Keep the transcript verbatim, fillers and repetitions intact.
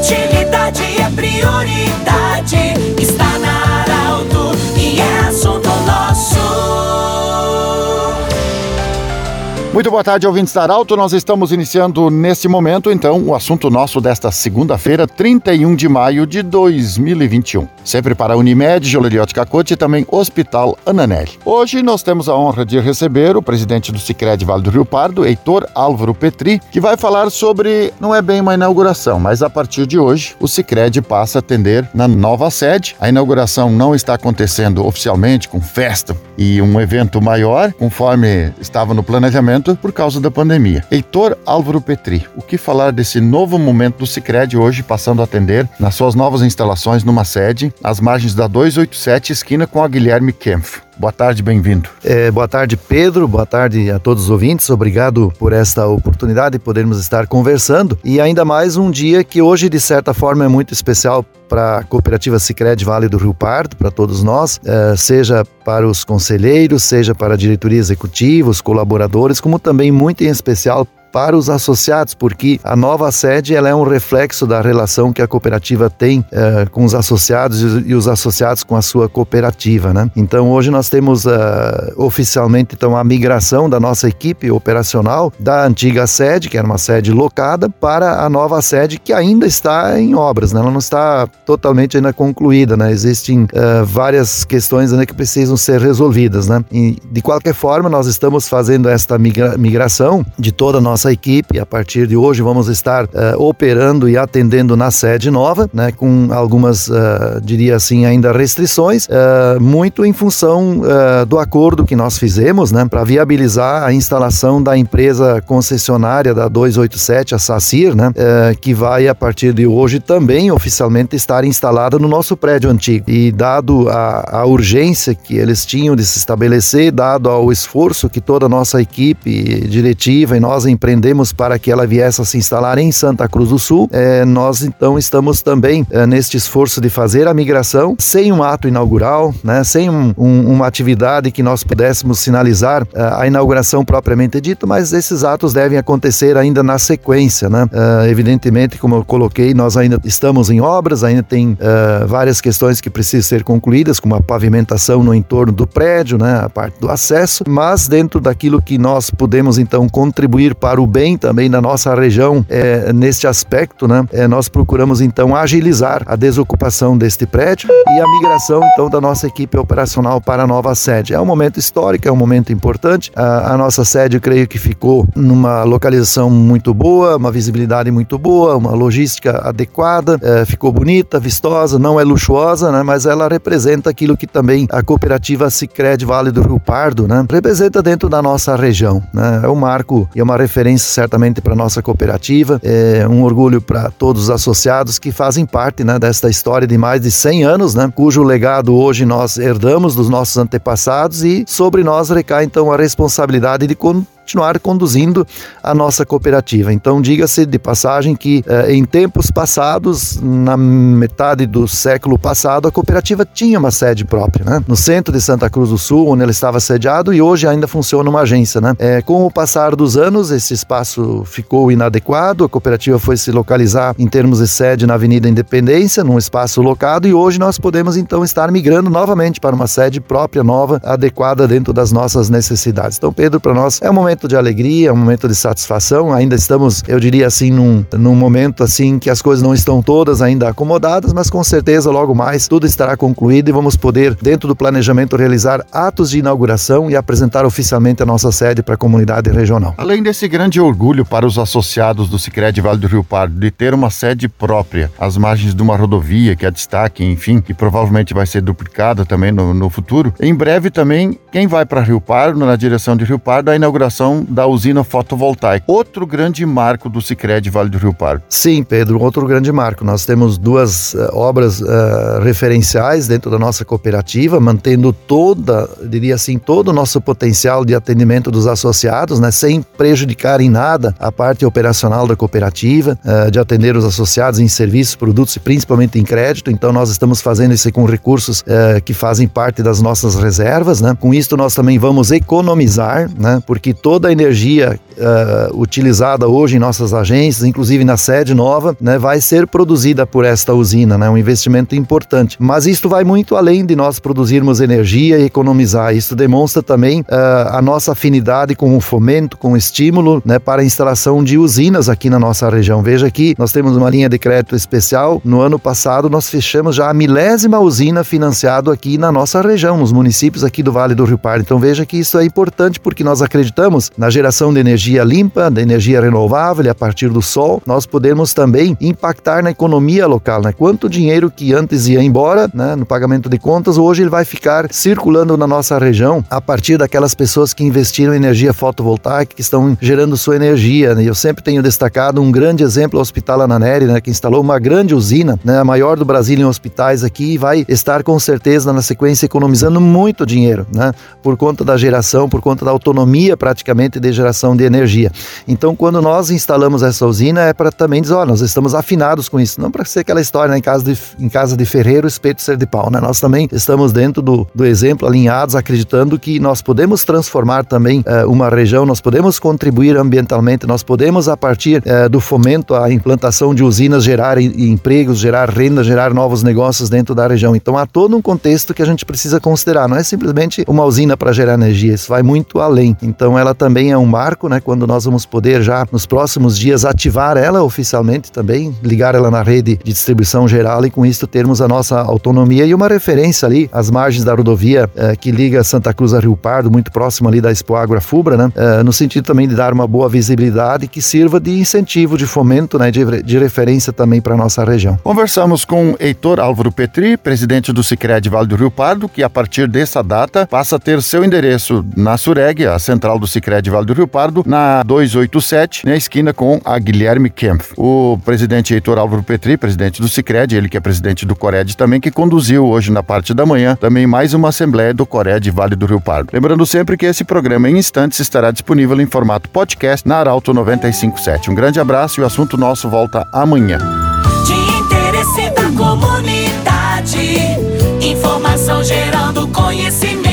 agilidade é prioridade. Está na Arauto e é assunto nosso. Muito boa tarde, ouvintes da Arauto. Nós estamos iniciando nesse momento, então, o assunto nosso desta segunda-feira, trinta e um de maio de dois mil e vinte e um. Sempre para a Unimed, Joleriot Cacote e também Hospital Ananelli. Hoje nós temos a honra de receber o presidente do Sicredi Vale do Rio Pardo, Heitor Álvaro Petri, que vai falar sobre, não é bem uma inauguração, mas a partir de hoje o Sicredi passa a atender na nova sede. A inauguração não está acontecendo oficialmente com festa e um evento maior, conforme estava no planejamento, por causa da pandemia. Heitor Álvaro Petri, o que falar desse novo momento do Sicredi hoje passando a atender nas suas novas instalações numa sede às margens da duzentos e oitenta e sete, esquina com a Guilherme Kempf. Boa tarde, bem-vindo. É, boa tarde, Pedro. Boa tarde a todos os ouvintes. Obrigado por esta oportunidade de podermos estar conversando. E ainda mais um dia que hoje, de certa forma, é muito especial para a Cooperativa Sicredi Vale do Rio Pardo, para todos nós, é, seja para os conselheiros, seja para a diretoria executiva, os colaboradores, como também muito em especial para os associados, porque a nova sede ela é um reflexo da relação que a cooperativa tem eh, com os associados e, e os associados com a sua cooperativa, né? Então hoje nós temos uh, oficialmente então, a migração da nossa equipe operacional da antiga sede, que era uma sede locada, para a nova sede que ainda está em obras, né? Ela não está totalmente ainda concluída, né? Existem uh, várias questões ainda que precisam ser resolvidas, né? E, de qualquer forma, nós estamos fazendo esta migra- migração de toda a nossa Nossa equipe. A partir de hoje vamos estar uh, operando e atendendo na sede nova, né, com algumas, uh, diria assim, ainda restrições, uh, muito em função uh, do acordo que nós fizemos, né, para viabilizar a instalação da empresa concessionária da duzentos e oitenta e sete, a SACIR, né, uh, que vai a partir de hoje também oficialmente estar instalada no nosso prédio antigo. E dado a, a urgência que eles tinham de se estabelecer, dado ao esforço que toda a nossa equipe diretiva e nós empreendemos para que ela viesse a se instalar em Santa Cruz do Sul, é, nós então estamos também é, neste esforço de fazer a migração sem um ato inaugural, né, sem um, um, uma atividade que nós pudéssemos sinalizar a, a inauguração propriamente dita, mas esses atos devem acontecer ainda na sequência, né? É, evidentemente, como eu coloquei, nós ainda estamos em obras, ainda tem é, várias questões que precisam ser concluídas, como a pavimentação no entorno do prédio, né, a parte do acesso, mas dentro daquilo que nós podemos então contribuir para para o bem também da nossa região, é, neste aspecto, né, é, nós procuramos então agilizar a desocupação deste prédio e a migração então da nossa equipe operacional para a nova sede. É um momento histórico, é um momento importante. A, a nossa sede, eu creio que ficou numa localização muito boa, uma visibilidade muito boa, uma logística adequada, é, ficou bonita, vistosa, não é luxuosa, né, mas ela representa aquilo que também a cooperativa Sicredi Vale do Rio Pardo, né, representa dentro da nossa região, né. É um marco e é uma referência certamente para a nossa cooperativa, é um orgulho para todos os associados que fazem parte, né, desta história de mais de cem anos, né, cujo legado hoje nós herdamos dos nossos antepassados e sobre nós recai então a responsabilidade de continuar conduzindo a nossa cooperativa. Então, diga-se de passagem que eh, em tempos passados, na metade do século passado, a cooperativa tinha uma sede própria, né? No centro de Santa Cruz do Sul, onde ela estava sediada, e hoje ainda funciona uma agência, né? Eh, com o passar dos anos, esse espaço ficou inadequado, a cooperativa foi se localizar em termos de sede na Avenida Independência, num espaço locado, e hoje nós podemos então estar migrando novamente para uma sede própria, nova, adequada dentro das nossas necessidades. Então, Pedro, para nós é um momento de alegria, um momento de satisfação. Ainda estamos, eu diria assim, num, num momento assim que as coisas não estão todas ainda acomodadas, mas com certeza logo mais tudo estará concluído e vamos poder, dentro do planejamento, realizar atos de inauguração e apresentar oficialmente a nossa sede para a comunidade regional. Além desse grande orgulho para os associados do Sicredi Vale do Rio Pardo de ter uma sede própria às margens de uma rodovia que é destaque, enfim, que provavelmente vai ser duplicada também no, no futuro, em breve também, quem vai para Rio Pardo, na direção de Rio Pardo, a inauguração da usina fotovoltaica. Outro grande marco do Sicredi Vale do Rio Pardo. Sim, Pedro, outro grande marco. Nós temos duas uh, obras uh, referenciais dentro da nossa cooperativa, mantendo toda, diria assim, todo o nosso potencial de atendimento dos associados, né, sem prejudicar em nada a parte operacional da cooperativa, uh, de atender os associados em serviços, produtos e principalmente em crédito. Então nós estamos fazendo isso com recursos uh, que fazem parte das nossas reservas, né? Com isso nós também vamos economizar, né? Porque todo toda a energia uh, utilizada hoje em nossas agências, inclusive na sede nova, né, vai ser produzida por esta usina, né, um investimento importante. Mas isto vai muito além de nós produzirmos energia e economizar. Isso demonstra também uh, a nossa afinidade com o fomento, com o estímulo, né, para a instalação de usinas aqui na nossa região. Veja que nós temos uma linha de crédito especial. No ano passado nós fechamos já a milésima usina financiada aqui na nossa região, nos municípios aqui do Vale do Rio Pardo. Então veja que isso é importante porque nós acreditamos na geração de energia limpa, de energia renovável, e a partir do sol nós podemos também impactar na economia local, né? Quanto dinheiro que antes ia embora, né, no pagamento de contas, hoje ele vai ficar circulando na nossa região a partir daquelas pessoas que investiram em energia fotovoltaica, que estão gerando sua energia, né? Eu sempre tenho destacado um grande exemplo, o Hospital Ananeri, né, que instalou uma grande usina, né, a maior do Brasil em hospitais aqui, e vai estar com certeza na sequência economizando muito dinheiro, né, por conta da geração, por conta da autonomia praticamente de geração de energia. Então, quando nós instalamos essa usina, é para também dizer, ó, nós estamos afinados com isso, não para ser aquela história, né, em casa de, em casa de ferreiro, espeto ser de pau, né? Nós também estamos dentro do, do exemplo, alinhados, acreditando que nós podemos transformar também eh, uma região, nós podemos contribuir ambientalmente, nós podemos, a partir eh, do fomento à implantação de usinas, gerar empregos, gerar renda, gerar novos negócios dentro da região. Então, há todo um contexto que a gente precisa considerar, não é simplesmente uma usina para gerar energia, isso vai muito além. Então, ela também é um marco, né, quando nós vamos poder já nos próximos dias ativar ela oficialmente também, ligar ela na rede de distribuição geral e com isso termos a nossa autonomia e uma referência ali às margens da rodovia eh, que liga Santa Cruz a Rio Pardo, muito próximo ali da Expoagro Fubra, né, eh, no sentido também de dar uma boa visibilidade que sirva de incentivo, de fomento, né, de, de referência também para a nossa região. Conversamos com Heitor Álvaro Petri, presidente do Sicredi Vale do Rio Pardo, que a partir dessa data passa a ter seu endereço na Sureg, a central do Sicredi Vale do Rio Pardo, na duzentos e oitenta e sete, na esquina com a Guilherme Kempf. O presidente Heitor Álvaro Petri, presidente do Sicredi, ele que é presidente do Cored também, que conduziu hoje na parte da manhã também mais uma assembleia do Cored Vale do Rio Pardo. Lembrando sempre que esse programa em instantes estará disponível em formato podcast na Arauto noventa e cinco ponto sete. Um grande abraço e o assunto nosso volta amanhã. De interesse da comunidade, informação gerando conhecimento.